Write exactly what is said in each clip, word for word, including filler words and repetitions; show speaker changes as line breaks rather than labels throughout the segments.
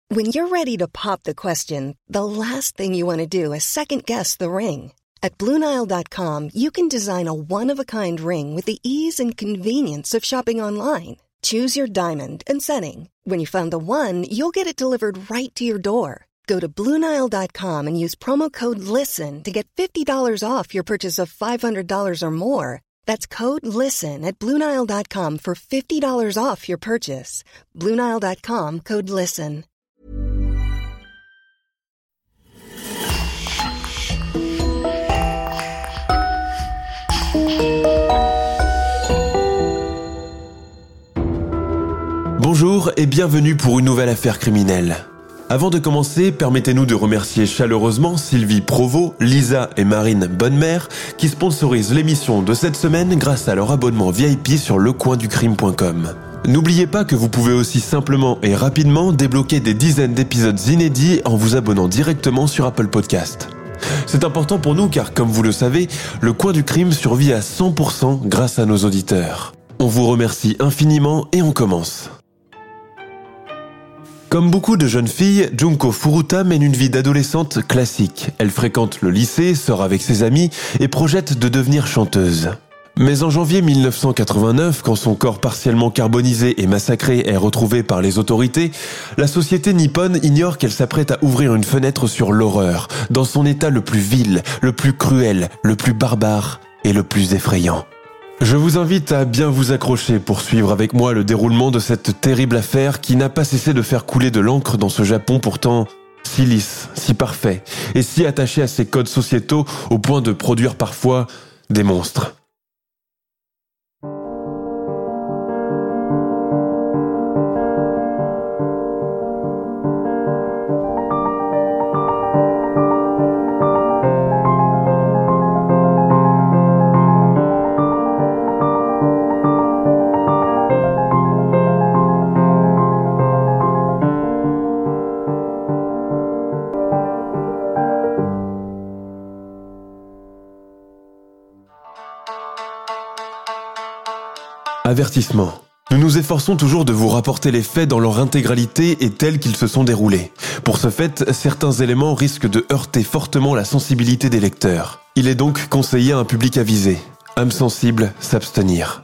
When you're ready to pop the question, the last thing you want to do is second-guess the ring. At Blue Nile dot com, you can design a one-of-a-kind ring with the ease and convenience of shopping online. Choose your diamond and setting. When you find the one, you'll get it delivered right to your door. Go to Blue Nile dot com and use promo code LISTEN to get fifty dollars off your purchase of five hundred dollars or more. That's code LISTEN at Blue Nile dot com for fifty dollars off your purchase. Blue Nile dot com, code LISTEN.
Bonjour et bienvenue pour une nouvelle affaire criminelle. Avant de commencer, permettez-nous de remercier chaleureusement Sylvie Provost, Lisa et Marine Bonnemère qui sponsorisent l'émission de cette semaine grâce à leur abonnement V I P sur lecoinducrime point com. N'oubliez pas que vous pouvez aussi simplement et rapidement débloquer des dizaines d'épisodes inédits en vous abonnant directement sur Apple Podcast. C'est important pour nous car, comme vous le savez, le Coin du Crime survit à cent pour cent grâce à nos auditeurs. On vous remercie infiniment et on commence. Comme beaucoup de jeunes filles, Junko Furuta mène une vie d'adolescente classique. Elle fréquente le lycée, sort avec ses amis et projette de devenir chanteuse. Mais en janvier mille neuf cent quatre-vingt-neuf, quand son corps partiellement carbonisé et massacré est retrouvé par les autorités, la société nippone ignore qu'elle s'apprête à ouvrir une fenêtre sur l'horreur, dans son état le plus vil, le plus cruel, le plus barbare et le plus effrayant. Je vous invite à bien vous accrocher pour suivre avec moi le déroulement de cette terrible affaire qui n'a pas cessé de faire couler de l'encre dans ce Japon pourtant si lisse, si parfait et si attaché à ses codes sociétaux au point de produire parfois des monstres. Avertissement. Nous nous efforçons toujours de vous rapporter les faits dans leur intégralité et tels qu'ils se sont déroulés. Pour ce fait, certains éléments risquent de heurter fortement la sensibilité des lecteurs. Il est donc conseillé à un public avisé. Âme sensible, s'abstenir.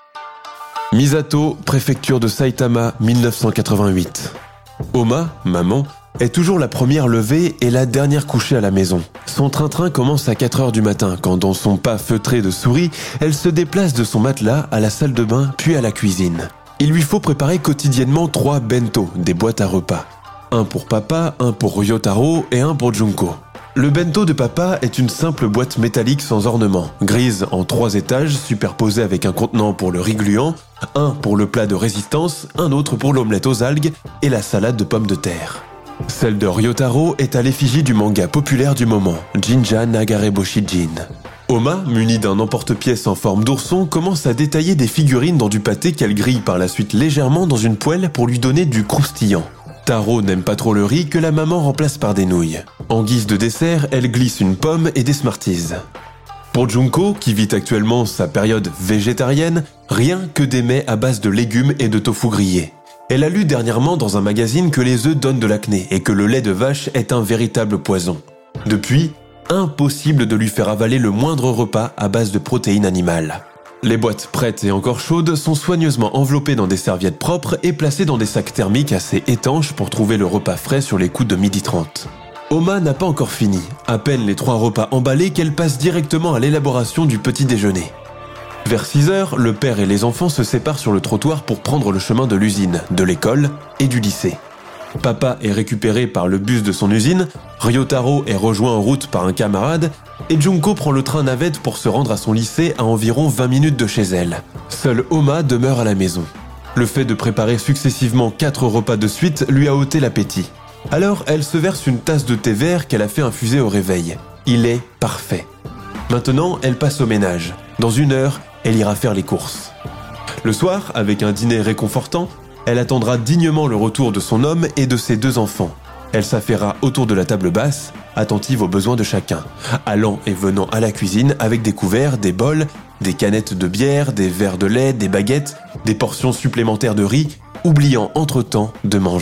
Misato, préfecture de Saitama, mille neuf cent quatre-vingt-huit. Oma, maman, est toujours la première levée et la dernière couchée à la maison. Son train-train commence à quatre heures du matin, quand dans son pas feutré de souris, elle se déplace de son matelas à la salle de bain, puis à la cuisine. Il lui faut préparer quotidiennement trois bento, des boîtes à repas. Un pour papa, un pour Ryotaro et un pour Junko. Le bento de papa est une simple boîte métallique sans ornement, grise en trois étages, superposée avec un contenant pour le riz gluant, un pour le plat de résistance, un autre pour l'omelette aux algues et la salade de pommes de terre. Celle de Ryotaro est à l'effigie du manga populaire du moment, Jinja Nagareboshi Jin. Oma, munie d'un emporte-pièce en forme d'ourson, commence à détailler des figurines dans du pâté qu'elle grille par la suite légèrement dans une poêle pour lui donner du croustillant. Taro n'aime pas trop le riz que la maman remplace par des nouilles. En guise de dessert, elle glisse une pomme et des Smarties. Pour Junko, qui vit actuellement sa période végétarienne, rien que des mets à base de légumes et de tofu grillé. Elle a lu dernièrement dans un magazine que les œufs donnent de l'acné et que le lait de vache est un véritable poison. Depuis, impossible de lui faire avaler le moindre repas à base de protéines animales. Les boîtes prêtes et encore chaudes sont soigneusement enveloppées dans des serviettes propres et placées dans des sacs thermiques assez étanches pour trouver le repas frais sur les coups de midi trente. Oma n'a pas encore fini, à peine les trois repas emballés qu'elle passe directement à l'élaboration du petit déjeuner. Vers six heures, le père et les enfants se séparent sur le trottoir pour prendre le chemin de l'usine, de l'école et du lycée. Papa est récupéré par le bus de son usine, Ryotaro est rejoint en route par un camarade et Junko prend le train navette pour se rendre à son lycée à environ vingt minutes de chez elle. Seule Oma demeure à la maison. Le fait de préparer successivement quatre repas de suite lui a ôté l'appétit. Alors elle se verse une tasse de thé vert qu'elle a fait infuser au réveil. Il est parfait. Maintenant, elle passe au ménage. Dans une heure, elle ira faire les courses. Le soir, avec un dîner réconfortant, elle attendra dignement le retour de son homme et de ses deux enfants. Elle s'affairera autour de la table basse, attentive aux besoins de chacun, allant et venant à la cuisine avec des couverts, des bols, des canettes de bière, des verres de lait, des baguettes, des portions supplémentaires de riz, oubliant entre-temps de manger.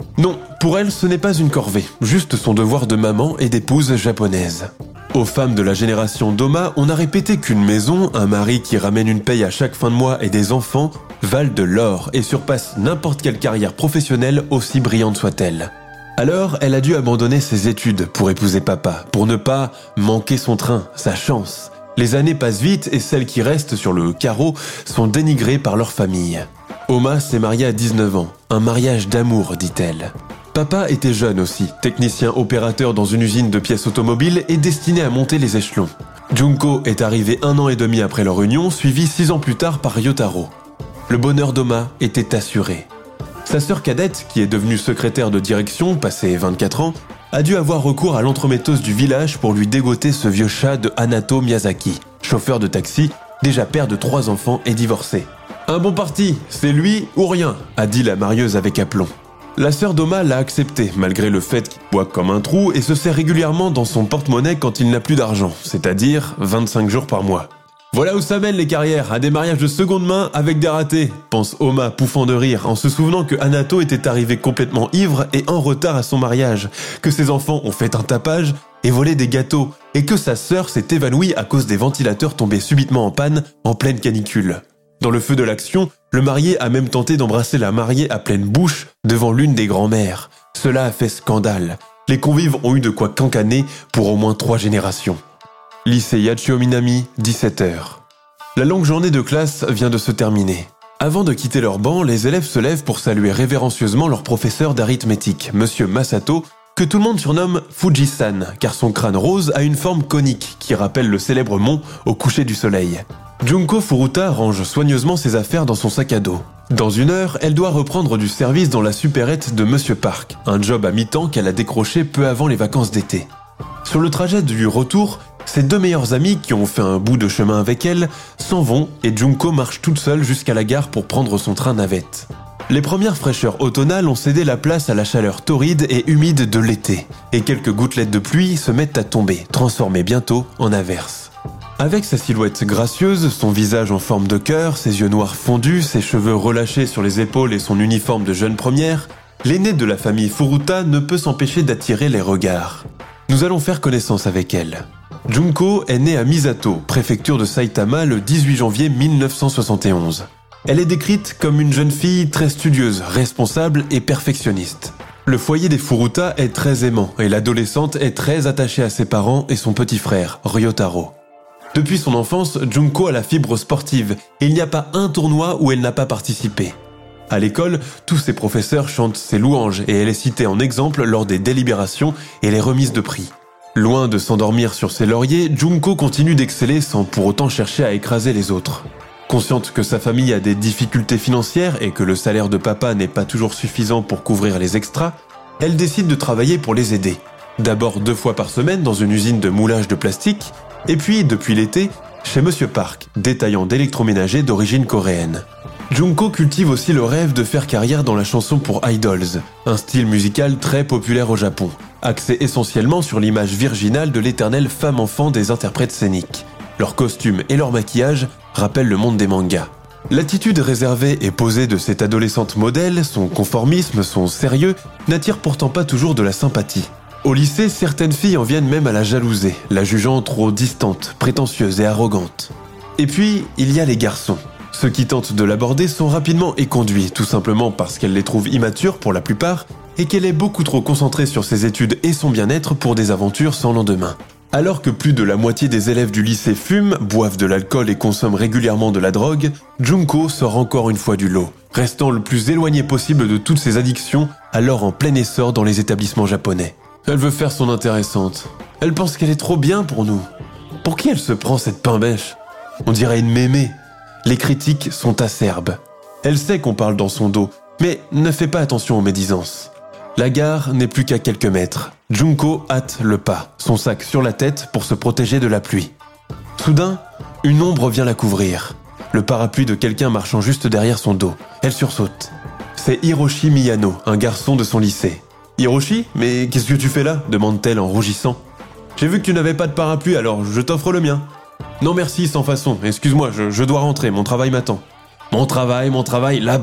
Non, pour elle, ce n'est pas une corvée, juste son devoir de maman et d'épouse japonaise. Aux femmes de la génération Doma, on a répété qu'une maison, un mari qui ramène une paye à chaque fin de mois et des enfants, valent de l'or et surpassent n'importe quelle carrière professionnelle aussi brillante soit-elle. Alors, elle a dû abandonner ses études pour épouser papa, pour ne pas manquer son train, sa chance. Les années passent vite et celles qui restent sur le carreau sont dénigrées par leur famille. Oma s'est mariée à dix-neuf ans, un mariage d'amour, dit-elle. Papa était jeune aussi, technicien opérateur dans une usine de pièces automobiles et destiné à monter les échelons. Junko est arrivé un an et demi après leur union, suivi six ans plus tard par Ryotaro. Le bonheur d'Oma était assuré. Sa sœur cadette, qui est devenue secrétaire de direction, passée vingt-quatre ans, a dû avoir recours à l'entremetteuse du village pour lui dégoter ce vieux chat de Hanato Miyazaki, chauffeur de taxi, déjà père de trois enfants et divorcé. « Un bon parti, c'est lui ou rien », a dit la marieuse avec aplomb. La sœur d'Oma l'a accepté, malgré le fait qu'il boit comme un trou et se sert régulièrement dans son porte-monnaie quand il n'a plus d'argent, c'est-à-dire vingt-cinq jours par mois. Voilà où ça mène les carrières, à des mariages de seconde main avec des ratés, pense Oma pouffant de rire en se souvenant que Hanato était arrivé complètement ivre et en retard à son mariage, que ses enfants ont fait un tapage et volé des gâteaux, et que sa sœur s'est évanouie à cause des ventilateurs tombés subitement en panne en pleine canicule. Dans le feu de l'action, le marié a même tenté d'embrasser la mariée à pleine bouche devant l'une des grand-mères. Cela a fait scandale. Les convives ont eu de quoi cancaner pour au moins trois générations. Lycée Yachio Minami, dix-sept heures. La longue journée de classe vient de se terminer. Avant de quitter leur banc, les élèves se lèvent pour saluer révérencieusement leur professeur d'arithmétique, Monsieur Masato, que tout le monde surnomme Fuji-san, car son crâne rose a une forme conique qui rappelle le célèbre mont au coucher du soleil. Junko Furuta range soigneusement ses affaires dans son sac à dos. Dans une heure, elle doit reprendre du service dans la supérette de Monsieur Park, un job à mi-temps qu'elle a décroché peu avant les vacances d'été. Sur le trajet du retour, ses deux meilleures amies qui ont fait un bout de chemin avec elle s'en vont et Junko marche toute seule jusqu'à la gare pour prendre son train navette. Les premières fraîcheurs automnales ont cédé la place à la chaleur torride et humide de l'été, et quelques gouttelettes de pluie se mettent à tomber, transformées bientôt en averses. Avec sa silhouette gracieuse, son visage en forme de cœur, ses yeux noirs fondus, ses cheveux relâchés sur les épaules et son uniforme de jeune première, l'aînée de la famille Furuta ne peut s'empêcher d'attirer les regards. Nous allons faire connaissance avec elle. Junko est née à Misato, préfecture de Saitama, le dix-huit janvier mille neuf cent soixante et onze. Elle est décrite comme une jeune fille très studieuse, responsable et perfectionniste. Le foyer des Furuta est très aimant et l'adolescente est très attachée à ses parents et son petit frère, Ryotaro. Depuis son enfance, Junko a la fibre sportive et il n'y a pas un tournoi où elle n'a pas participé. À l'école, tous ses professeurs chantent ses louanges et elle est citée en exemple lors des délibérations et les remises de prix. Loin de s'endormir sur ses lauriers, Junko continue d'exceller sans pour autant chercher à écraser les autres. Consciente que sa famille a des difficultés financières et que le salaire de papa n'est pas toujours suffisant pour couvrir les extras, elle décide de travailler pour les aider. D'abord deux fois par semaine dans une usine de moulage de plastique, et puis, depuis l'été, chez Monsieur Park, détaillant d'électroménager d'origine coréenne. Junko cultive aussi le rêve de faire carrière dans la chanson pour idols, un style musical très populaire au Japon, axé essentiellement sur l'image virginale de l'éternelle femme-enfant des interprètes scéniques. Leurs costumes et leur maquillage rappellent le monde des mangas. L'attitude réservée et posée de cette adolescente modèle, son conformisme, son sérieux, n'attirent pourtant pas toujours de la sympathie. Au lycée, certaines filles en viennent même à la jalouser, la jugeant trop distante, prétentieuse et arrogante. Et puis, il y a les garçons. Ceux qui tentent de l'aborder sont rapidement éconduits, tout simplement parce qu'elle les trouve immatures pour la plupart, et qu'elle est beaucoup trop concentrée sur ses études et son bien-être pour des aventures sans lendemain. Alors que plus de la moitié des élèves du lycée fument, boivent de l'alcool et consomment régulièrement de la drogue, Junko sort encore une fois du lot, restant le plus éloigné possible de toutes ces addictions, alors en plein essor dans les établissements japonais. Elle veut faire son intéressante. Elle pense qu'elle est trop bien pour nous. Pour qui elle se prend cette pain-bêche ? On dirait une mémé. Les critiques sont acerbes. Elle sait qu'on parle dans son dos, mais ne fait pas attention aux médisances. La gare n'est plus qu'à quelques mètres. Junko hâte le pas, son sac sur la tête pour se protéger de la pluie. Soudain, une ombre vient la couvrir. Le parapluie de quelqu'un marchant juste derrière son dos. Elle sursaute. C'est Hiroshi Miyano, un garçon de son lycée. « Hiroshi, mais qu'est-ce que tu fais là ?» demande-t-elle en rougissant. « J'ai vu que tu n'avais pas de parapluie, alors je t'offre le mien. »« Non merci, sans façon, excuse-moi, je, je dois rentrer, mon travail m'attend. »« Mon travail, mon travail, la barbe !»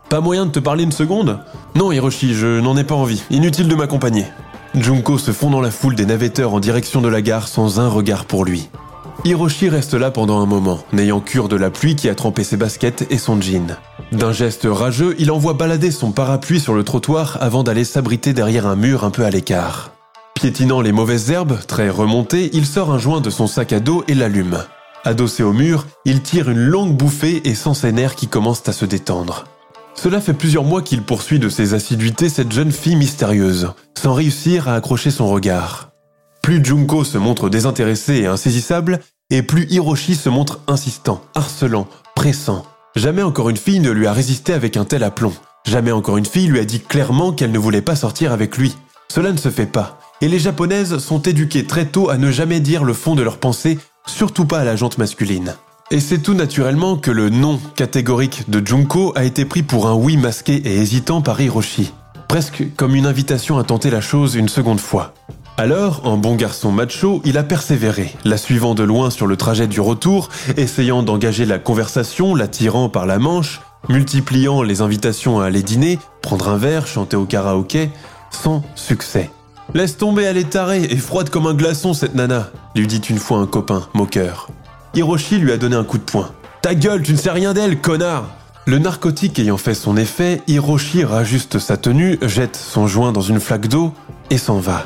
Pas moyen de te parler une seconde ? Non Hiroshi, je n'en ai pas envie, inutile de m'accompagner. Junko se fond dans la foule des navetteurs en direction de la gare sans un regard pour lui. Hiroshi reste là pendant un moment, n'ayant cure de la pluie qui a trempé ses baskets et son jean. D'un geste rageux, il envoie balader son parapluie sur le trottoir avant d'aller s'abriter derrière un mur un peu à l'écart. Piétinant les mauvaises herbes, très remontées, il sort un joint de son sac à dos et l'allume. Adossé au mur, il tire une longue bouffée et sent ses nerfs qui commencent à se détendre. Cela fait plusieurs mois qu'il poursuit de ses assiduités cette jeune fille mystérieuse, sans réussir à accrocher son regard. Plus Junko se montre désintéressé et insaisissable, et plus Hiroshi se montre insistant, harcelant, pressant. Jamais encore une fille ne lui a résisté avec un tel aplomb. Jamais encore une fille lui a dit clairement qu'elle ne voulait pas sortir avec lui. Cela ne se fait pas. Et les japonaises sont éduquées très tôt à ne jamais dire le fond de leurs pensées, surtout pas à la jante masculine. Et c'est tout naturellement que le non catégorique de Junko a été pris pour un oui masqué et hésitant par Hiroshi. Presque comme une invitation à tenter la chose une seconde fois. Alors, en bon garçon macho, il a persévéré, la suivant de loin sur le trajet du retour, essayant d'engager la conversation, la tirant par la manche, multipliant les invitations à aller dîner, prendre un verre, chanter au karaoké, sans succès. « Laisse tomber, elle est tarée et froide comme un glaçon cette nana », lui dit une fois un copain, moqueur. Hiroshi lui a donné un coup de poing. « Ta gueule, tu ne sais rien d'elle, connard !» Le narcotique ayant fait son effet, Hiroshi rajuste sa tenue, jette son joint dans une flaque d'eau et s'en va.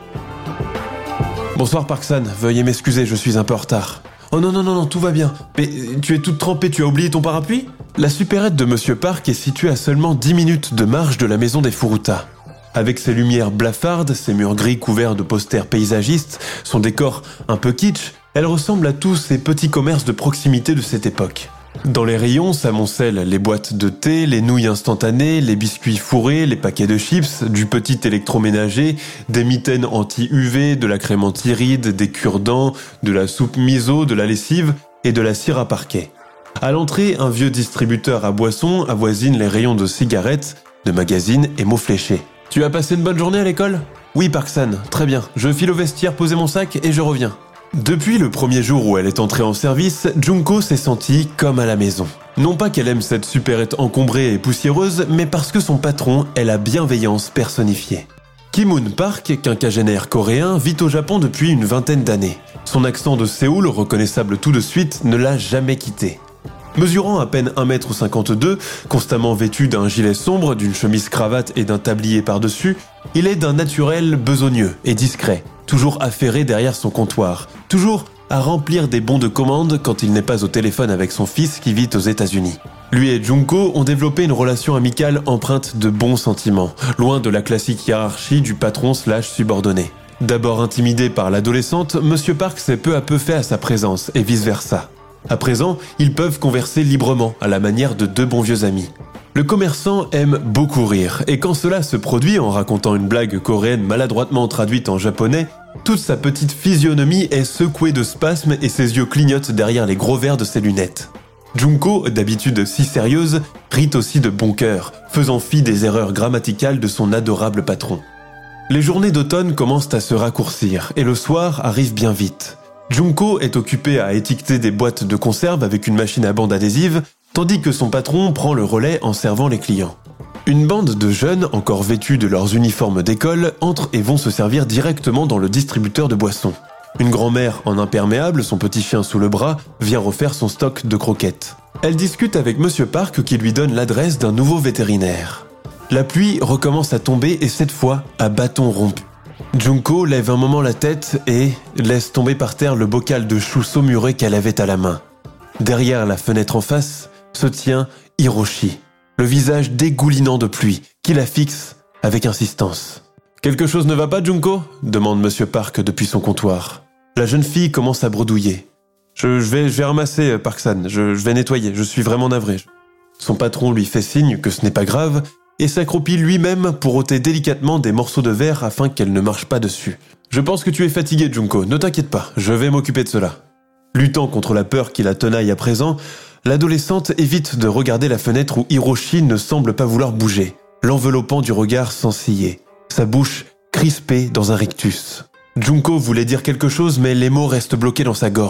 « Bonsoir Park-san, veuillez m'excuser, je suis un peu en retard. »« Oh non, non, non, non, tout va bien. Mais tu es toute trempée, tu as oublié ton parapluie ?» La supérette de Monsieur Park est située à seulement dix minutes de marche de la maison des Furuta. Avec ses lumières blafardes, ses murs gris couverts de posters paysagistes, son décor un peu kitsch, elle ressemble à tous ces petits commerces de proximité de cette époque. Dans les rayons s'amoncellent les boîtes de thé, les nouilles instantanées, les biscuits fourrés, les paquets de chips, du petit électroménager, des mitaines anti-U V, de la crème anti-rides, des cure-dents, de la soupe miso, de la lessive et de la cire à parquet. À l'entrée, un vieux distributeur à boissons avoisine les rayons de cigarettes, de magazines et mots fléchés. « Tu as passé une bonne journée à l'école ? » « Oui, Park-san, très bien. Je file au vestiaire poser mon sac et je reviens. » Depuis le premier jour où elle est entrée en service, Junko s'est sentie comme à la maison. Non pas qu'elle aime cette supérette encombrée et poussiéreuse, mais parce que son patron est la bienveillance personnifiée. Ki-moon Park, quinquagénaire coréen, vit au Japon depuis une vingtaine d'années. Son accent de Séoul, reconnaissable tout de suite, ne l'a jamais quitté. Mesurant à peine un mètre cinquante-deux, constamment vêtu d'un gilet sombre, d'une chemise cravate et d'un tablier par-dessus, il est d'un naturel besogneux et discret, toujours affairé derrière son comptoir, toujours à remplir des bons de commande quand il n'est pas au téléphone avec son fils qui vit aux États-Unis. Lui et Junko ont développé une relation amicale empreinte de bons sentiments, loin de la classique hiérarchie du patron slash subordonné. D'abord intimidé par l'adolescente, Monsieur Park s'est peu à peu fait à sa présence et vice-versa. À présent, ils peuvent converser librement, à la manière de deux bons vieux amis. Le commerçant aime beaucoup rire, et quand cela se produit en racontant une blague coréenne maladroitement traduite en japonais, toute sa petite physionomie est secouée de spasmes et ses yeux clignotent derrière les gros verres de ses lunettes. Junko, d'habitude si sérieuse, rit aussi de bon cœur, faisant fi des erreurs grammaticales de son adorable patron. Les journées d'automne commencent à se raccourcir, et le soir arrive bien vite. Junko est occupé à étiqueter des boîtes de conserve avec une machine à bande adhésive, tandis que son patron prend le relais en servant les clients. Une bande de jeunes, encore vêtus de leurs uniformes d'école, entrent et vont se servir directement dans le distributeur de boissons. Une grand-mère en imperméable, son petit chien sous le bras, vient refaire son stock de croquettes. Elle discute avec Monsieur Park qui lui donne l'adresse d'un nouveau vétérinaire. La pluie recommence à tomber et cette fois à bâton rompu. Junko lève un moment la tête et laisse tomber par terre le bocal de chou saumuré qu'elle avait à la main. Derrière la fenêtre en face se tient Hiroshi, le visage dégoulinant de pluie, qui la fixe avec insistance. « Quelque chose ne va pas, Junko ?» demande Monsieur Park depuis son comptoir. La jeune fille commence à bredouiller. Je, « je, vais, je vais ramasser, Park-san, je, je vais nettoyer, je suis vraiment navré. » Son patron lui fait signe que ce n'est pas grave et s'accroupit lui-même pour ôter délicatement des morceaux de verre afin qu'elle ne marche pas dessus. « Je pense que tu es fatigué, Junko, ne t'inquiète pas, je vais m'occuper de cela. » Luttant contre la peur qui la tenaille à présent, l'adolescente évite de regarder la fenêtre où Hiroshi ne semble pas vouloir bouger, l'enveloppant du regard sans ciller, sa bouche crispée dans un rictus. Junko voulait dire quelque chose mais les mots restent bloqués dans sa gorge.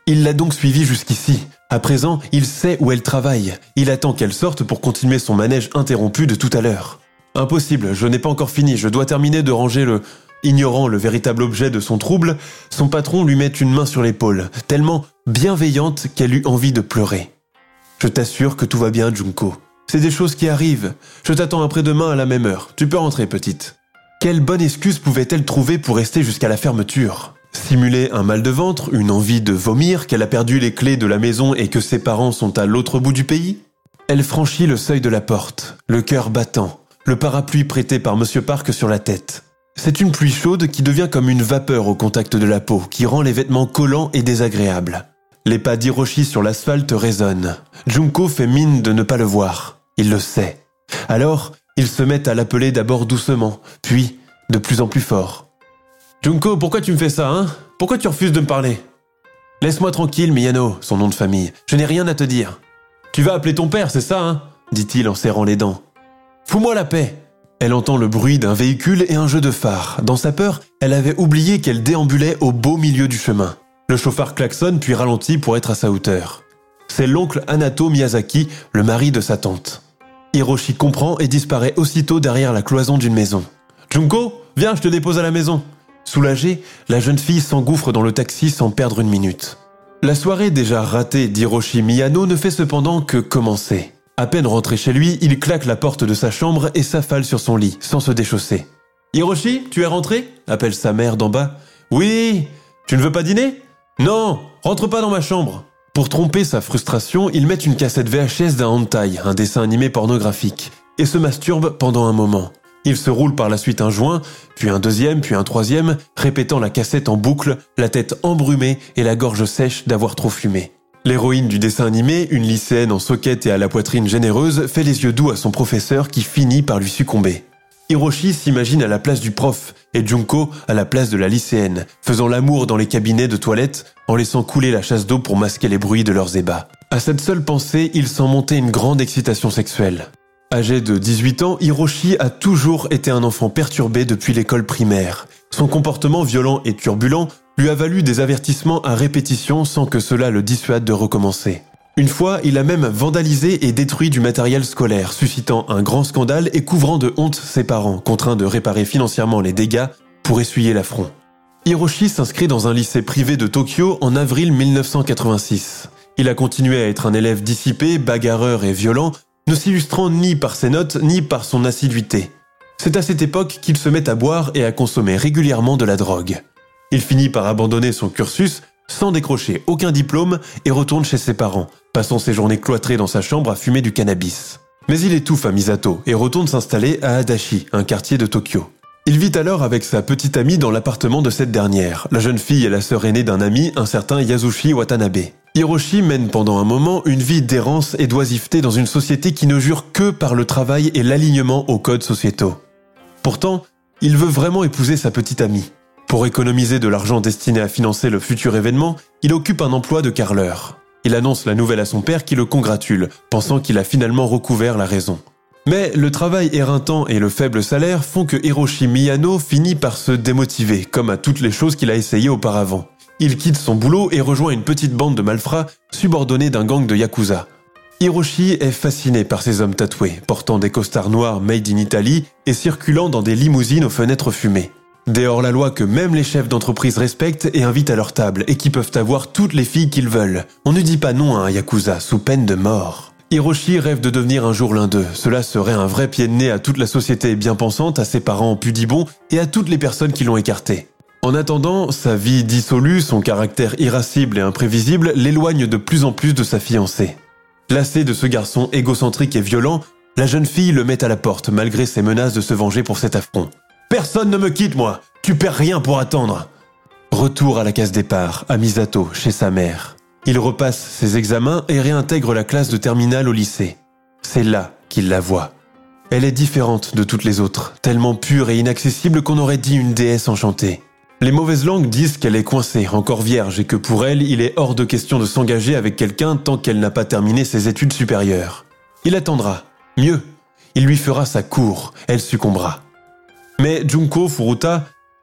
Il l'a donc suivie jusqu'ici. À présent, il sait où elle travaille. Il attend qu'elle sorte pour continuer son manège interrompu de tout à l'heure. Impossible, je n'ai pas encore fini, je dois terminer de ranger le... Ignorant le véritable objet de son trouble, son patron lui met une main sur l'épaule, tellement bienveillante qu'elle eut envie de pleurer. « Je t'assure que tout va bien, Junko. C'est des choses qui arrivent. Je t'attends après-demain à la même heure. Tu peux rentrer, petite. » Quelle bonne excuse pouvait-elle trouver pour rester jusqu'à la fermeture ? Simuler un mal de ventre, une envie de vomir, qu'elle a perdu les clés de la maison et que ses parents sont à l'autre bout du pays ? Elle franchit le seuil de la porte, le cœur battant, le parapluie prêté par Monsieur Park sur la tête. C'est une pluie chaude qui devient comme une vapeur au contact de la peau, qui rend les vêtements collants et désagréables. Les pas d'Hiroshi sur l'asphalte résonnent. Junko fait mine de ne pas le voir. Il le sait. Alors, il se met à l'appeler d'abord doucement, puis de plus en plus fort. « Junko, pourquoi tu me fais ça, hein ? Pourquoi tu refuses de me parler ? » « Laisse-moi tranquille, Miyano, son nom de famille. Je n'ai rien à te dire. »« Tu vas appeler ton père, c'est ça, hein ?» dit-il en serrant les dents. « Fous-moi la paix !» Elle entend le bruit d'un véhicule et un jeu de phare. Dans sa peur, elle avait oublié qu'elle déambulait au beau milieu du chemin. Le chauffard klaxonne puis ralentit pour être à sa hauteur. C'est l'oncle Hanato Miyazaki, le mari de sa tante. Hiroshi comprend et disparaît aussitôt derrière la cloison d'une maison. « Junko, viens, je te dépose à la maison !» Soulagée, la jeune fille s'engouffre dans le taxi sans perdre une minute. La soirée déjà ratée d'Hiroshi Miyano ne fait cependant que commencer. À peine rentré chez lui, il claque la porte de sa chambre et s'affale sur son lit, sans se déchausser. « Hiroshi, tu es rentré ?» appelle sa mère d'en bas. « Oui, tu ne veux pas dîner ?»« Non, rentre pas dans ma chambre !» Pour tromper sa frustration, il met une cassette V H S d'un hentai, un dessin animé pornographique, et se masturbe pendant un moment. Il se roule par la suite un joint, puis un deuxième, puis un troisième, répétant la cassette en boucle, la tête embrumée et la gorge sèche d'avoir trop fumé. L'héroïne du dessin animé, une lycéenne en soquette et à la poitrine généreuse, fait les yeux doux à son professeur qui finit par lui succomber. Hiroshi s'imagine à la place du prof et Junko à la place de la lycéenne, faisant l'amour dans les cabinets de toilettes en laissant couler la chasse d'eau pour masquer les bruits de leurs ébats. À cette seule pensée, il sent monter une grande excitation sexuelle. Âgé de dix-huit ans, Hiroshi a toujours été un enfant perturbé depuis l'école primaire. Son comportement violent et turbulent lui a valu des avertissements à répétition sans que cela le dissuade de recommencer. Une fois, il a même vandalisé et détruit du matériel scolaire, suscitant un grand scandale et couvrant de honte ses parents, contraints de réparer financièrement les dégâts pour essuyer l'affront. Hiroshi s'inscrit dans un lycée privé de Tokyo en avril mille neuf cent quatre-vingt-six. Il a continué à être un élève dissipé, bagarreur et violent, ne s'illustrant ni par ses notes ni par son assiduité. C'est à cette époque qu'il se met à boire et à consommer régulièrement de la drogue. Il finit par abandonner son cursus sans décrocher aucun diplôme et retourne chez ses parents, passant ses journées cloîtrées dans sa chambre à fumer du cannabis. Mais il étouffe à Misato et retourne s'installer à Adachi, un quartier de Tokyo. Il vit alors avec sa petite amie dans l'appartement de cette dernière. La jeune fille est la sœur aînée d'un ami, un certain Yasushi Watanabe. Hiroshi mène pendant un moment une vie d'errance et d'oisiveté dans une société qui ne jure que par le travail et l'alignement aux codes sociétaux. Pourtant, il veut vraiment épouser sa petite amie. Pour économiser de l'argent destiné à financer le futur événement, il occupe un emploi de carreleur. Il annonce la nouvelle à son père qui le congratule, pensant qu'il a finalement recouvert la raison. Mais le travail éreintant et le faible salaire font que Hiroshi Miyano finit par se démotiver, comme à toutes les choses qu'il a essayées auparavant. Il quitte son boulot et rejoint une petite bande de malfrats subordonnés d'un gang de Yakuza. Hiroshi est fasciné par ces hommes tatoués, portant des costards noirs made in Italy et circulant dans des limousines aux fenêtres fumées. Des hors-la-loi que même les chefs d'entreprise respectent et invitent à leur table et qui peuvent avoir toutes les filles qu'ils veulent. On ne dit pas non à un Yakuza sous peine de mort. Hiroshi rêve de devenir un jour l'un d'eux. Cela serait un vrai pied de nez à toute la société bien pensante, à ses parents pudibonds et à toutes les personnes qui l'ont écarté. En attendant, sa vie dissolue, son caractère irascible et imprévisible l'éloigne de plus en plus de sa fiancée. Lassée de ce garçon égocentrique et violent, la jeune fille le met à la porte malgré ses menaces de se venger pour cet affront. « Personne ne me quitte, moi! Tu perds rien pour attendre !» Retour à la case départ, à Misato, chez sa mère. Il repasse ses examens et réintègre la classe de terminale au lycée. C'est là qu'il la voit. Elle est différente de toutes les autres, tellement pure et inaccessible qu'on aurait dit une déesse enchantée. Les mauvaises langues disent qu'elle est coincée, encore vierge, et que pour elle, il est hors de question de s'engager avec quelqu'un tant qu'elle n'a pas terminé ses études supérieures. Il attendra. Mieux, il lui fera sa cour, elle succombera. Mais Junko Furuta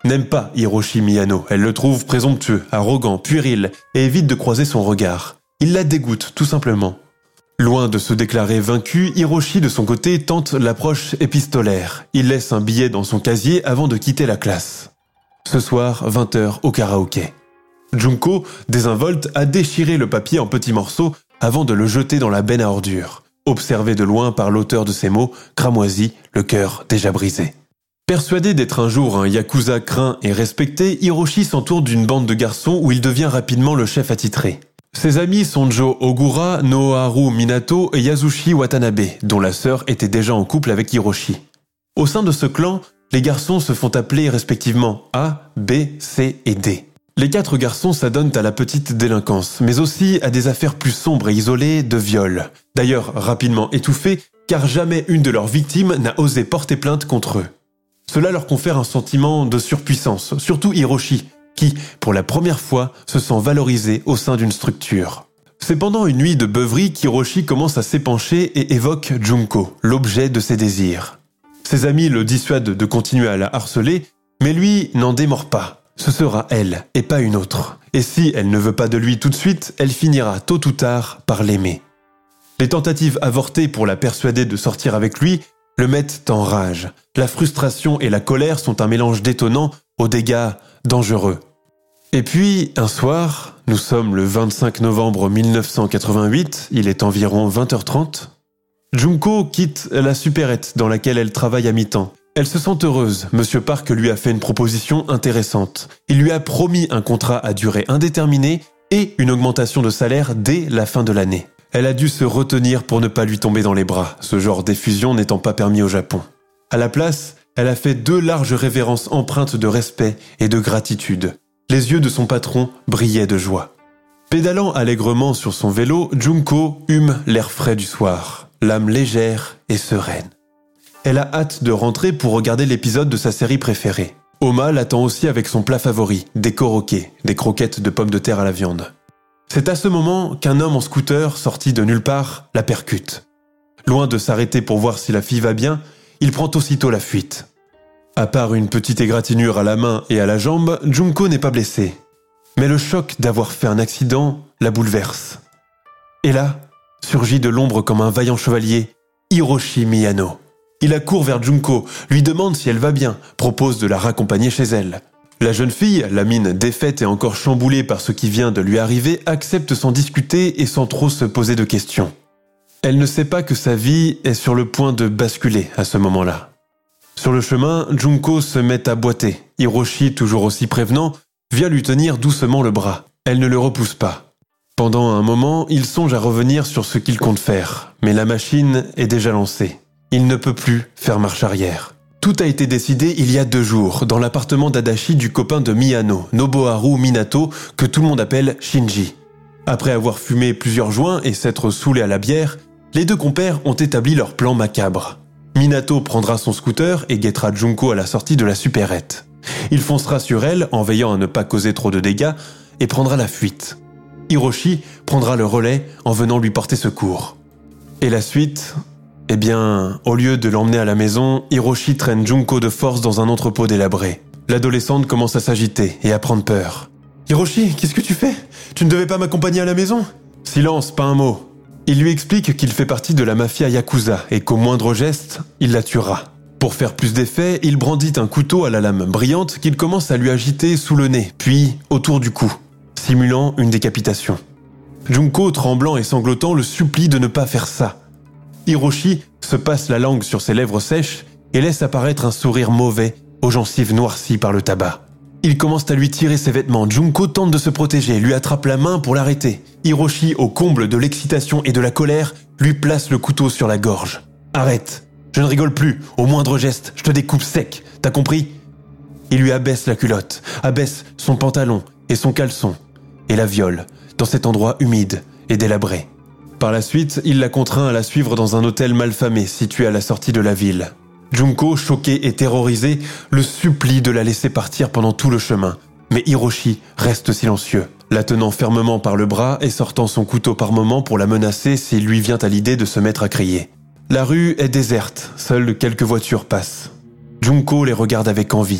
n'aime pas Hiroshi Miyano. Elle le trouve présomptueux, arrogant, puéril et évite de croiser son regard. Il la dégoûte, tout simplement. Loin de se déclarer vaincu, Hiroshi, de son côté, tente l'approche épistolaire. Il laisse un billet dans son casier avant de quitter la classe. Ce soir, vingt heures au karaoké. Junko, désinvolte, a déchiré le papier en petits morceaux avant de le jeter dans la benne à ordures. Observé de loin par l'auteur de ces mots, cramoisi, le cœur déjà brisé. Persuadé d'être un jour un yakuza craint et respecté, Hiroshi s'entoure d'une bande de garçons où il devient rapidement le chef attitré. Ses amis sont Joe Ogura, Noharu Minato et Yasushi Watanabe, dont la sœur était déjà en couple avec Hiroshi. Au sein de ce clan, les garçons se font appeler respectivement A, B, C et D. Les quatre garçons s'adonnent à la petite délinquance, mais aussi à des affaires plus sombres et isolées de viol. D'ailleurs, rapidement étouffés, car jamais une de leurs victimes n'a osé porter plainte contre eux. Cela leur confère un sentiment de surpuissance, surtout Hiroshi, qui, pour la première fois, se sent valorisé au sein d'une structure. C'est pendant une nuit de beuverie qu'Hiroshi commence à s'épancher et évoque Junko, l'objet de ses désirs. Ses amis le dissuadent de continuer à la harceler, mais lui n'en démord pas. Ce sera elle, et pas une autre. Et si elle ne veut pas de lui tout de suite, elle finira tôt ou tard par l'aimer. Les tentatives avortées pour la persuader de sortir avec lui le mettent en rage. La frustration et la colère sont un mélange détonnant aux dégâts dangereux. Et puis, un soir, nous sommes le vingt-cinq novembre mille neuf cent quatre-vingt-huit, il est environ vingt heures trente, Junko quitte la supérette dans laquelle elle travaille à mi-temps. Elle se sent heureuse, Monsieur Park lui a fait une proposition intéressante. Il lui a promis un contrat à durée indéterminée et une augmentation de salaire dès la fin de l'année. Elle a dû se retenir pour ne pas lui tomber dans les bras, ce genre d'effusion n'étant pas permis au Japon. À la place, elle a fait deux larges révérences empreintes de respect et de gratitude. Les yeux de son patron brillaient de joie. Pédalant allègrement sur son vélo, Junko hume l'air frais du soir, l'âme légère et sereine. Elle a hâte de rentrer pour regarder l'épisode de sa série préférée. Oma l'attend aussi avec son plat favori, des koroké, des croquettes de pommes de terre à la viande. C'est à ce moment qu'un homme en scooter, sorti de nulle part, la percute. Loin de s'arrêter pour voir si la fille va bien, il prend aussitôt la fuite. À part une petite égratignure à la main et à la jambe, Junko n'est pas blessé. Mais le choc d'avoir fait un accident la bouleverse. Et là, surgit de l'ombre comme un vaillant chevalier, Hiroshi Miyano. Il accourt vers Junko, lui demande si elle va bien, propose de la raccompagner chez elle. La jeune fille, la mine défaite et encore chamboulée par ce qui vient de lui arriver, accepte sans discuter et sans trop se poser de questions. Elle ne sait pas que sa vie est sur le point de basculer à ce moment-là. Sur le chemin, Junko se met à boiter. Hiroshi, toujours aussi prévenant, vient lui tenir doucement le bras. Elle ne le repousse pas. Pendant un moment, il songe à revenir sur ce qu'il compte faire, mais la machine est déjà lancée. Il ne peut plus faire marche arrière. Tout a été décidé il y a deux jours, dans l'appartement d'Adachi du copain de Miyano, Nobuharu Minato, que tout le monde appelle Shinji. Après avoir fumé plusieurs joints et s'être saoulés à la bière, les deux compères ont établi leur plan macabre. Minato prendra son scooter et guettera Junko à la sortie de la supérette. Il foncera sur elle en veillant à ne pas causer trop de dégâts et prendra la fuite. Hiroshi prendra le relais en venant lui porter secours. Et la suite ? Eh bien, au lieu de l'emmener à la maison, Hiroshi traîne Junko de force dans un entrepôt délabré. L'adolescente commence à s'agiter et à prendre peur. « Hiroshi, qu'est-ce que tu fais ? Tu ne devais pas m'accompagner à la maison ?» « Silence, pas un mot. » Il lui explique qu'il fait partie de la mafia Yakuza et qu'au moindre geste, il la tuera. Pour faire plus d'effet, il brandit un couteau à la lame brillante qu'il commence à lui agiter sous le nez, puis autour du cou, simulant une décapitation. Junko, tremblant et sanglotant, le supplie de ne pas faire ça. Hiroshi se passe la langue sur ses lèvres sèches et laisse apparaître un sourire mauvais aux gencives noircies par le tabac. Il commence à lui tirer ses vêtements. Junko tente de se protéger, lui attrape la main pour l'arrêter. Hiroshi, au comble de l'excitation et de la colère, lui place le couteau sur la gorge. « Arrête, je ne rigole plus, au moindre geste, je te découpe sec, t'as compris ?» Il lui abaisse la culotte, abaisse son pantalon et son caleçon, et la viole, dans cet endroit humide et délabré. Par la suite, il la contraint à la suivre dans un hôtel malfamé situé à la sortie de la ville. Junko, choqué et terrorisé, le supplie de la laisser partir pendant tout le chemin. Mais Hiroshi reste silencieux, la tenant fermement par le bras et sortant son couteau par moments pour la menacer s'il lui vient à l'idée de se mettre à crier. La rue est déserte, seules quelques voitures passent. Junko les regarde avec envie.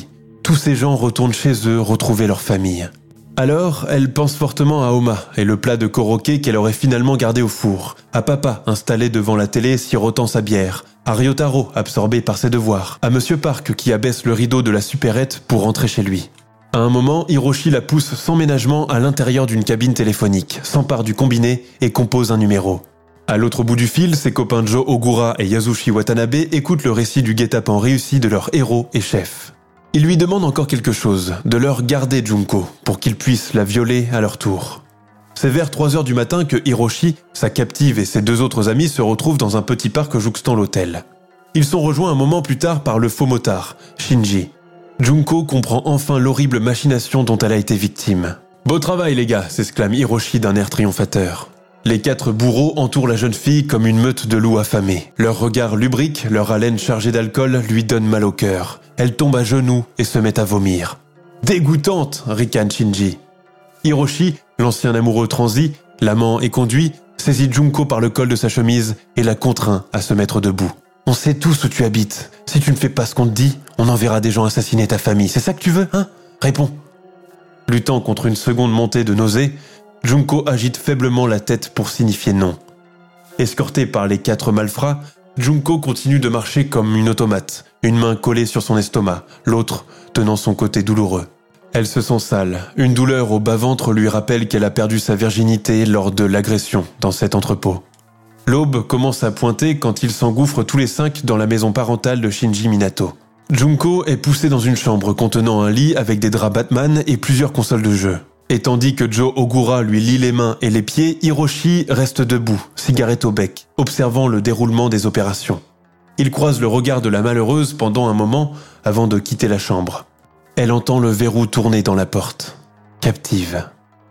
Tous ces gens retournent chez eux retrouver leur famille. Alors, elle pense fortement à Oma et le plat de koroké qu'elle aurait finalement gardé au four, à Papa installé devant la télé sirotant sa bière, à Ryotaro absorbé par ses devoirs, à Monsieur Park qui abaisse le rideau de la supérette pour rentrer chez lui. À un moment, Hiroshi la pousse sans ménagement à l'intérieur d'une cabine téléphonique, s'empare du combiné et compose un numéro. À l'autre bout du fil, ses copains Joe Ogura et Yasushi Watanabe écoutent le récit du guet-apens réussi de leur héros et chef. Ils lui demandent encore quelque chose, de leur garder Junko, pour qu'ils puissent la violer à leur tour. C'est vers trois heures du matin que Hiroshi, sa captive et ses deux autres amis se retrouvent dans un petit parc jouxtant l'hôtel. Ils sont rejoints un moment plus tard par le faux motard, Shinji. Junko comprend enfin l'horrible machination dont elle a été victime. « Beau travail les gars !» s'exclame Hiroshi d'un air triomphateur. Les quatre bourreaux entourent la jeune fille comme une meute de loups affamés. Leur regard lubrique, leur haleine chargée d'alcool lui donne mal au cœur. Elle tombe à genoux et se met à vomir. « Dégoûtante !» ricane Shinji. Hiroshi, l'ancien amoureux transi, l'amant et conduit, saisit Junko par le col de sa chemise et la contraint à se mettre debout. « On sait tous où tu habites. Si tu ne fais pas ce qu'on te dit, on enverra des gens assassiner ta famille. C'est ça que tu veux, hein ? Réponds !» Luttant contre une seconde montée de nausée, Junko agite faiblement la tête pour signifier non. Escortée par les quatre malfrats, Junko continue de marcher comme une automate, une main collée sur son estomac, l'autre tenant son côté douloureux. Elle se sent sale. Une douleur au bas-ventre lui rappelle qu'elle a perdu sa virginité lors de l'agression dans cet entrepôt. L'aube commence à pointer quand ils s'engouffrent tous les cinq dans la maison parentale de Shinji Minato. Junko est poussée dans une chambre contenant un lit avec des draps Batman et plusieurs consoles de jeux. Et tandis que Joe Ogura lui lie les mains et les pieds, Hiroshi reste debout, cigarette au bec, observant le déroulement des opérations. Il croise le regard de la malheureuse pendant un moment avant de quitter la chambre. Elle entend le verrou tourner dans la porte. Captive.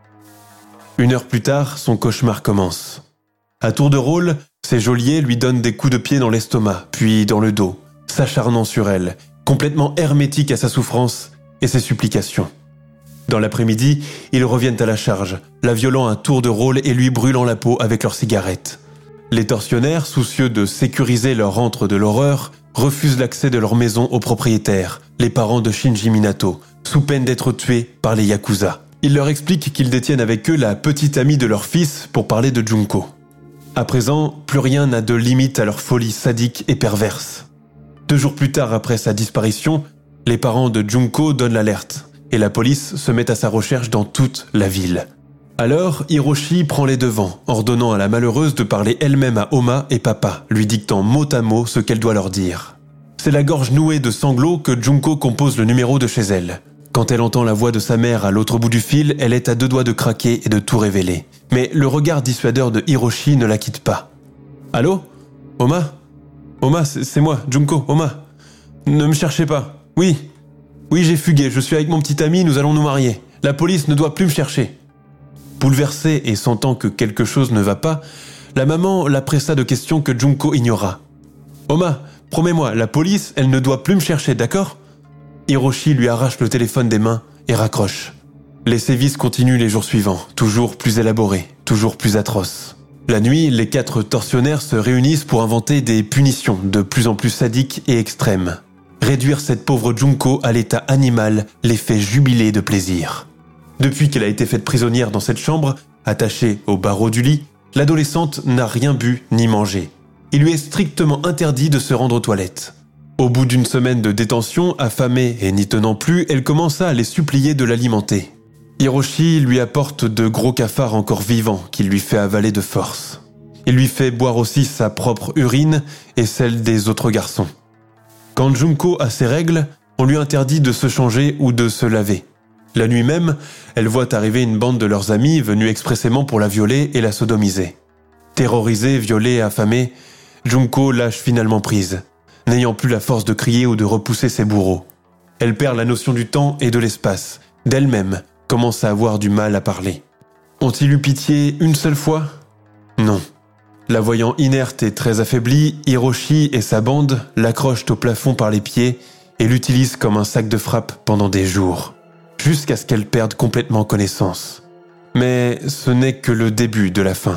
Une heure plus tard, son cauchemar commence. À tour de rôle, ses geôliers lui donnent des coups de pied dans l'estomac, puis dans le dos, s'acharnant sur elle, complètement hermétique à sa souffrance et ses supplications. Dans l'après-midi, ils reviennent à la charge, la violant à tour de rôle et lui brûlant la peau avec leurs cigarettes. Les tortionnaires, soucieux de sécuriser leur antre de l'horreur, refusent l'accès de leur maison aux propriétaires, les parents de Shinji Minato, sous peine d'être tués par les Yakuza. Ils leur expliquent qu'ils détiennent avec eux la petite amie de leur fils pour parler de Junko. À présent, plus rien n'a de limite à leur folie sadique et perverse. Deux jours plus tard après sa disparition, les parents de Junko donnent l'alerte et la police se met à sa recherche dans toute la ville. Alors, Hiroshi prend les devants, ordonnant à la malheureuse de parler elle-même à Oma et Papa, lui dictant mot à mot ce qu'elle doit leur dire. C'est la gorge nouée de sanglots que Junko compose le numéro de chez elle. Quand elle entend la voix de sa mère à l'autre bout du fil, elle est à deux doigts de craquer et de tout révéler. Mais le regard dissuadeur de Hiroshi ne la quitte pas. « Allô ? Oma ? Oma, c'est moi, Junko, Oma. Ne me cherchez pas. Oui. Oui, j'ai fugué, je suis avec mon petit ami, nous allons nous marier. La police ne doit plus me chercher. » Bouleversée et sentant que quelque chose ne va pas, la maman la pressa de questions que Junko ignora. « Oma, promets-moi, la police, elle ne doit plus me chercher, d'accord ?» Hiroshi lui arrache le téléphone des mains et raccroche. Les sévices continuent les jours suivants, toujours plus élaborés, toujours plus atroces. La nuit, les quatre tortionnaires se réunissent pour inventer des punitions de plus en plus sadiques et extrêmes. Réduire cette pauvre Junko à l'état animal les fait jubiler de plaisir. Depuis qu'elle a été faite prisonnière dans cette chambre, attachée au barreau du lit, l'adolescente n'a rien bu ni mangé. Il lui est strictement interdit de se rendre aux toilettes. Au bout d'une semaine de détention, affamée et n'y tenant plus, elle commença à les supplier de l'alimenter. Hiroshi lui apporte de gros cafards encore vivants qu'il lui fait avaler de force. Il lui fait boire aussi sa propre urine et celle des autres garçons. Quand Junko a ses règles, on lui interdit de se changer ou de se laver. La nuit même, elle voit arriver une bande de leurs amis venus expressément pour la violer et la sodomiser. Terrorisée, violée, affamée, Junko lâche finalement prise, n'ayant plus la force de crier ou de repousser ses bourreaux. Elle perd la notion du temps et de l'espace, d'elle-même, commence à avoir du mal à parler. Ont-ils eu pitié une seule fois ? Non. La voyant inerte et très affaiblie, Hiroshi et sa bande l'accrochent au plafond par les pieds et l'utilisent comme un sac de frappe pendant des jours, jusqu'à ce qu'elle perde complètement connaissance. Mais ce n'est que le début de la fin.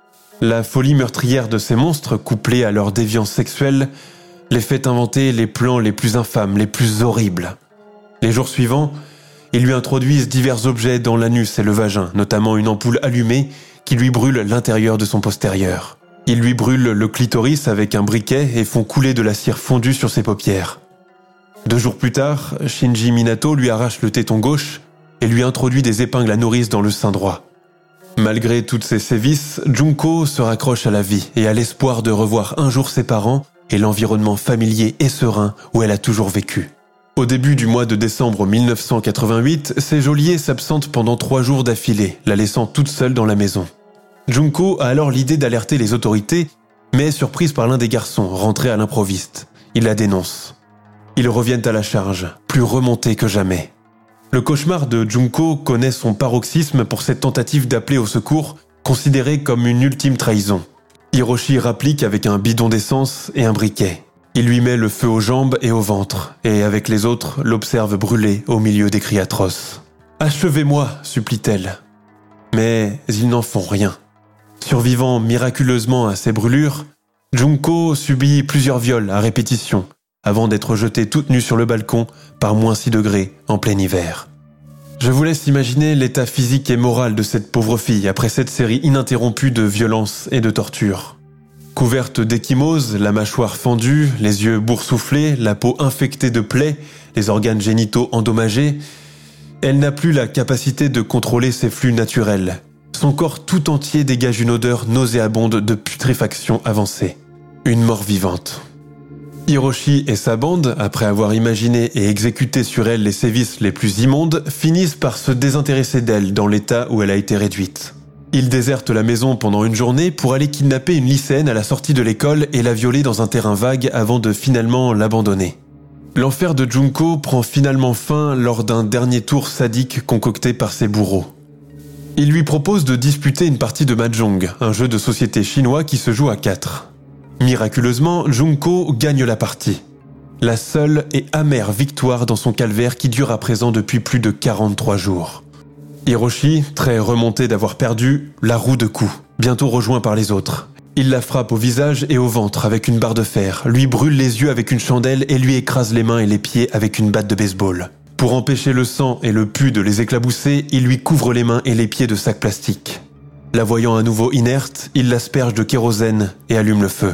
La folie meurtrière de ces monstres, couplée à leur déviance sexuelle, les fait inventer les plans les plus infâmes, les plus horribles. Les jours suivants, ils lui introduisent divers objets dans l'anus et le vagin, notamment une ampoule allumée qui lui brûle l'intérieur de son postérieur. Ils lui brûlent le clitoris avec un briquet et font couler de la cire fondue sur ses paupières. Deux jours plus tard, Shinji Minato lui arrache le téton gauche et lui introduit des épingles à nourrice dans le sein droit. Malgré toutes ces sévices, Junko se raccroche à la vie et à l'espoir de revoir un jour ses parents et l'environnement familier et serein où elle a toujours vécu. Au début du mois de décembre mille neuf cent quatre-vingt-huit, ses geôliers s'absentent pendant trois jours d'affilée, la laissant toute seule dans la maison. Junko a alors l'idée d'alerter les autorités, mais est surprise par l'un des garçons, rentré à l'improviste. Il la dénonce. Ils reviennent à la charge, plus remontés que jamais. Le cauchemar de Junko connaît son paroxysme pour cette tentative d'appeler au secours, considérée comme une ultime trahison. Hiroshi rapplique avec un bidon d'essence et un briquet. Il lui met le feu aux jambes et au ventre, et avec les autres, l'observe brûler au milieu des cris atroces. « Achevez-moi » supplie-t-elle. Mais ils n'en font rien. Survivant miraculeusement à ces brûlures, Junko subit plusieurs viols à répétition, avant d'être jetée toute nue sur le balcon par moins six degrés en plein hiver. Je vous laisse imaginer l'état physique et moral de cette pauvre fille après cette série ininterrompue de violences et de tortures. Couverte d'ecchymoses, la mâchoire fendue, les yeux boursouflés, la peau infectée de plaies, les organes génitaux endommagés, elle n'a plus la capacité de contrôler ses flux naturels. Son corps tout entier dégage une odeur nauséabonde de putréfaction avancée. Une mort vivante. Hiroshi et sa bande, après avoir imaginé et exécuté sur elle les sévices les plus immondes, finissent par se désintéresser d'elle dans l'état où elle a été réduite. Ils désertent la maison pendant une journée pour aller kidnapper une lycéenne à la sortie de l'école et la violer dans un terrain vague avant de finalement l'abandonner. L'enfer de Junko prend finalement fin lors d'un dernier tour sadique concocté par ses bourreaux. Ils lui proposent de disputer une partie de Mahjong, un jeu de société chinois qui se joue à quatre. Miraculeusement, Junko gagne la partie. La seule et amère victoire dans son calvaire qui dure à présent depuis plus de quarante-trois jours. Hiroshi, très remonté d'avoir perdu, la roue de coups, bientôt rejoint par les autres. Il la frappe au visage et au ventre avec une barre de fer, lui brûle les yeux avec une chandelle et lui écrase les mains et les pieds avec une batte de baseball. Pour empêcher le sang et le pus de les éclabousser, il lui couvre les mains et les pieds de sacs plastiques. La voyant à nouveau inerte, il l'asperge de kérosène et allume le feu.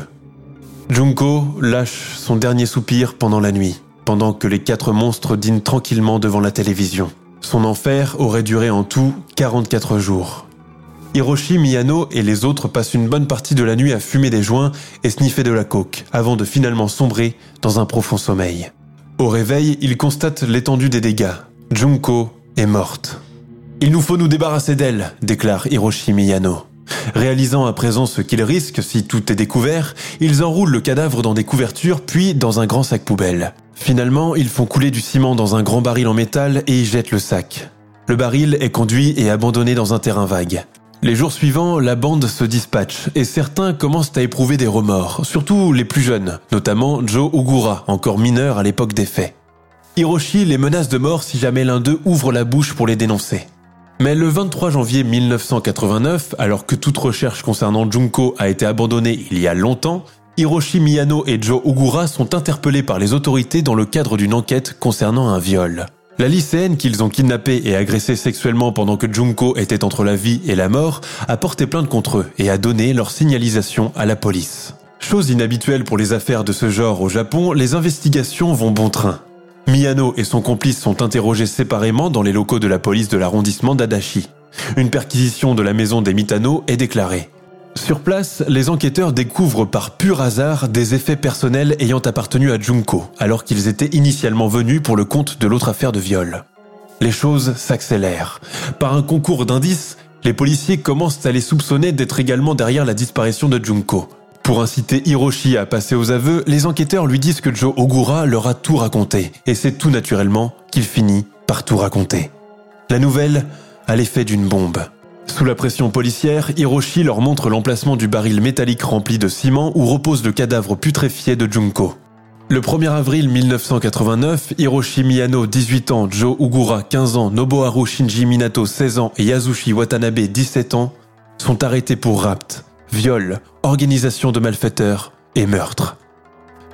Junko lâche son dernier soupir pendant la nuit, pendant que les quatre monstres dînent tranquillement devant la télévision. Son enfer aurait duré en tout quarante-quatre jours. Hiroshi, Miyano et les autres passent une bonne partie de la nuit à fumer des joints et sniffer de la coke, avant de finalement sombrer dans un profond sommeil. Au réveil, ils constatent l'étendue des dégâts. Junko est morte. « Il nous faut nous débarrasser d'elle », déclare Hiroshi Miyano. Réalisant à présent ce qu'ils risquent si tout est découvert, ils enroulent le cadavre dans des couvertures puis dans un grand sac poubelle. Finalement, ils font couler du ciment dans un grand baril en métal et y jettent le sac. Le baril est conduit et abandonné dans un terrain vague. Les jours suivants, la bande se dispatche et certains commencent à éprouver des remords, surtout les plus jeunes, notamment Joe Ogura, encore mineur à l'époque des faits. Hiroshi les menace de mort si jamais l'un d'eux ouvre la bouche pour les dénoncer. Mais le vingt-trois janvier mille neuf cent quatre-vingt-neuf, alors que toute recherche concernant Junko a été abandonnée il y a longtemps, Hiroshi Miyano et Joe Ogura sont interpellés par les autorités dans le cadre d'une enquête concernant un viol. La lycéenne qu'ils ont kidnappée et agressée sexuellement pendant que Junko était entre la vie et la mort a porté plainte contre eux et a donné leur signalisation à la police. Chose inhabituelle pour les affaires de ce genre au Japon, les investigations vont bon train. Miyano et son complice sont interrogés séparément dans les locaux de la police de l'arrondissement d'Adachi. Une perquisition de la maison des Mitano est déclarée. Sur place, les enquêteurs découvrent par pur hasard des effets personnels ayant appartenu à Junko, alors qu'ils étaient initialement venus pour le compte de l'autre affaire de viol. Les choses s'accélèrent. Par un concours d'indices, les policiers commencent à les soupçonner d'être également derrière la disparition de Junko. Pour inciter Hiroshi à passer aux aveux, les enquêteurs lui disent que Joe Ogura leur a tout raconté, et c'est tout naturellement qu'il finit par tout raconter. La nouvelle a l'effet d'une bombe. Sous la pression policière, Hiroshi leur montre l'emplacement du baril métallique rempli de ciment où repose le cadavre putréfié de Junko. Le premier avril mille neuf cent quatre-vingt-neuf, Hiroshi Miyano, dix-huit ans, Joe Ogura, quinze ans, Nobuharu Shinji Minato, seize ans et Yasushi Watanabe, dix-sept ans, sont arrêtés pour rapt, viol, organisation de malfaiteurs et meurtre.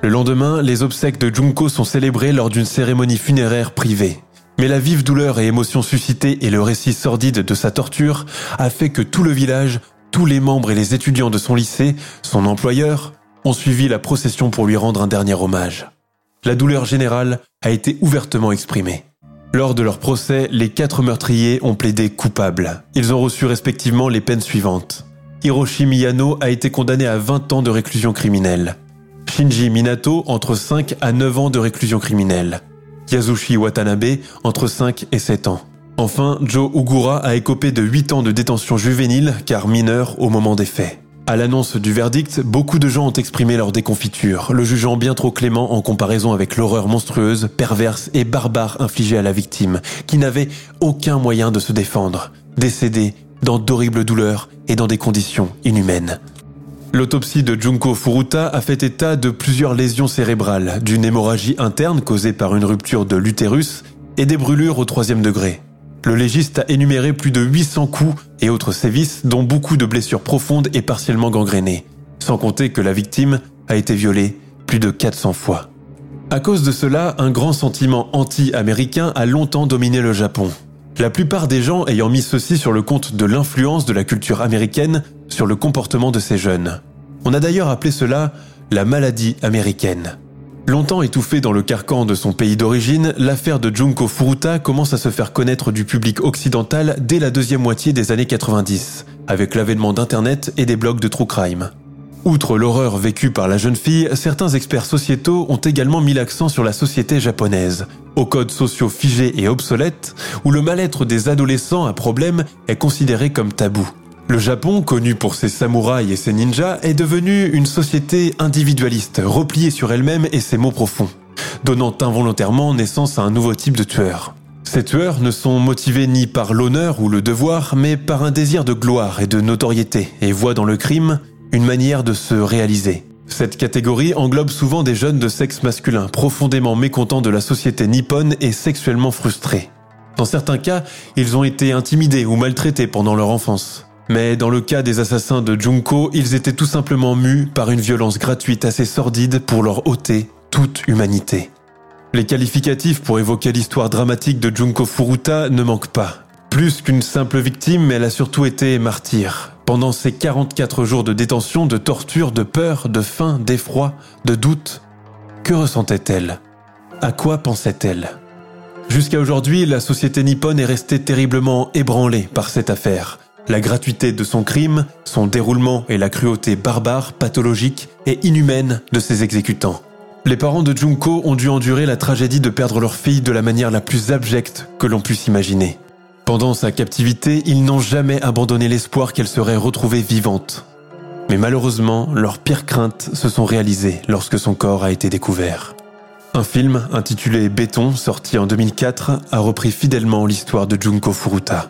Le lendemain, les obsèques de Junko sont célébrées lors d'une cérémonie funéraire privée. Mais la vive douleur et émotion suscitée et le récit sordide de sa torture a fait que tout le village, tous les membres et les étudiants de son lycée, son employeur, ont suivi la procession pour lui rendre un dernier hommage. La douleur générale a été ouvertement exprimée. Lors de leur procès, les quatre meurtriers ont plaidé coupables. Ils ont reçu respectivement les peines suivantes. Hiroshi Miyano a été condamné à vingt ans de réclusion criminelle. Shinji Minato, entre cinq à neuf ans de réclusion criminelle. Yasushi Watanabe, entre cinq et sept ans. Enfin, Joe Ogura a écopé de huit ans de détention juvénile, car mineur au moment des faits. À l'annonce du verdict, beaucoup de gens ont exprimé leur déconfiture, le jugeant bien trop clément en comparaison avec l'horreur monstrueuse, perverse et barbare infligée à la victime, qui n'avait aucun moyen de se défendre, décédée dans d'horribles douleurs et dans des conditions inhumaines. L'autopsie de Junko Furuta a fait état de plusieurs lésions cérébrales, d'une hémorragie interne causée par une rupture de l'utérus et des brûlures au troisième degré. Le légiste a énuméré plus de huit cents coups et autres sévices, dont beaucoup de blessures profondes et partiellement gangrénées, sans compter que la victime a été violée plus de quatre cents fois. À cause de cela, un grand sentiment anti-américain a longtemps dominé le Japon. La plupart des gens ayant mis ceci sur le compte de l'influence de la culture américaine sur le comportement de ces jeunes. On a d'ailleurs appelé cela la maladie américaine. Longtemps étouffée dans le carcan de son pays d'origine, l'affaire de Junko Furuta commence à se faire connaître du public occidental dès la deuxième moitié des années quatre-vingt-dix, avec l'avènement d'Internet et des blogs de true crime. Outre l'horreur vécue par la jeune fille, certains experts sociétaux ont également mis l'accent sur la société japonaise, aux codes sociaux figés et obsolètes, où le mal-être des adolescents à problème est considéré comme tabou. Le Japon, connu pour ses samouraïs et ses ninjas, est devenu une société individualiste, repliée sur elle-même et ses maux profonds, donnant involontairement naissance à un nouveau type de tueurs. Ces tueurs ne sont motivés ni par l'honneur ou le devoir, mais par un désir de gloire et de notoriété, et voient dans le crime une manière de se réaliser. Cette catégorie englobe souvent des jeunes de sexe masculin, profondément mécontents de la société nippone et sexuellement frustrés. Dans certains cas, ils ont été intimidés ou maltraités pendant leur enfance. Mais dans le cas des assassins de Junko, ils étaient tout simplement mus par une violence gratuite assez sordide pour leur ôter toute humanité. Les qualificatifs pour évoquer l'histoire dramatique de Junko Furuta ne manquent pas. Plus qu'une simple victime, elle a surtout été martyre. Pendant ces quarante-quatre jours de détention, de torture, de peur, de faim, d'effroi, de doute, que ressentait-elle ? À quoi pensait-elle ? Jusqu'à aujourd'hui, la société nippone est restée terriblement ébranlée par cette affaire. La gratuité de son crime, son déroulement et la cruauté barbare, pathologique et inhumaine de ses exécutants. Les parents de Junko ont dû endurer la tragédie de perdre leur fille de la manière la plus abjecte que l'on puisse imaginer. Pendant sa captivité, ils n'ont jamais abandonné l'espoir qu'elle serait retrouvée vivante. Mais malheureusement, leurs pires craintes se sont réalisées lorsque son corps a été découvert. Un film intitulé Béton, sorti en deux mille quatre, a repris fidèlement l'histoire de Junko Furuta.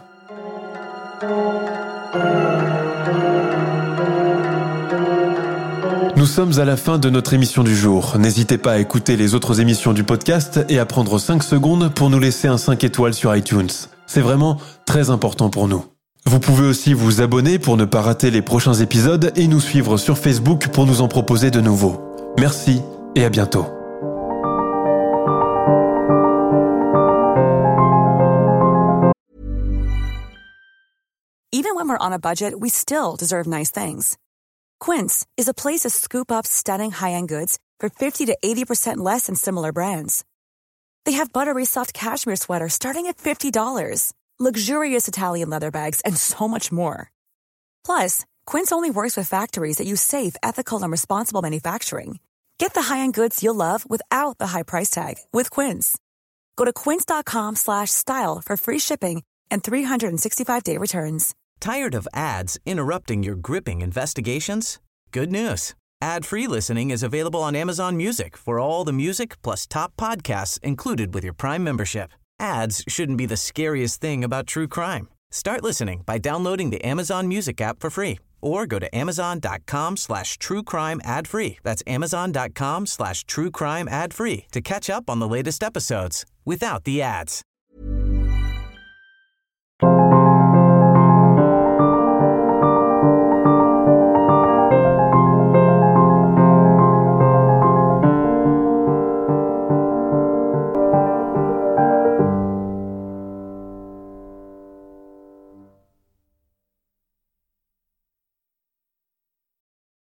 Nous sommes à la fin de notre émission du jour. N'hésitez pas à écouter les autres émissions du podcast et à prendre cinq secondes pour nous laisser un cinq étoiles sur iTunes. C'est vraiment très important pour nous. Vous pouvez aussi vous abonner pour ne pas rater les prochains épisodes et nous suivre sur Facebook pour nous en proposer de nouveaux. Merci et à bientôt.
Even when we're on a budget, we still deserve nice things. Quince is a place to scoop up stunning high-end goods for fifty to eighty percent less than similar brands. They have buttery soft cashmere sweaters starting at fifty dollars, luxurious Italian leather bags, and so much more. Plus, Quince only works with factories that use safe, ethical, and responsible manufacturing. Get the high-end goods you'll love without the high price tag with Quince. Go to quince.com slash style for free shipping and three sixty-five day returns.
Tired of ads interrupting your gripping investigations? Good news. Ad-free listening is available on Amazon Music for all the music plus top podcasts included with your Prime membership. Ads shouldn't be the scariest thing about true crime. Start listening by downloading the Amazon Music app for free or go to amazon.com slash true crime ad free. That's amazon.com slash true crime ad free to catch up on the latest episodes without the ads.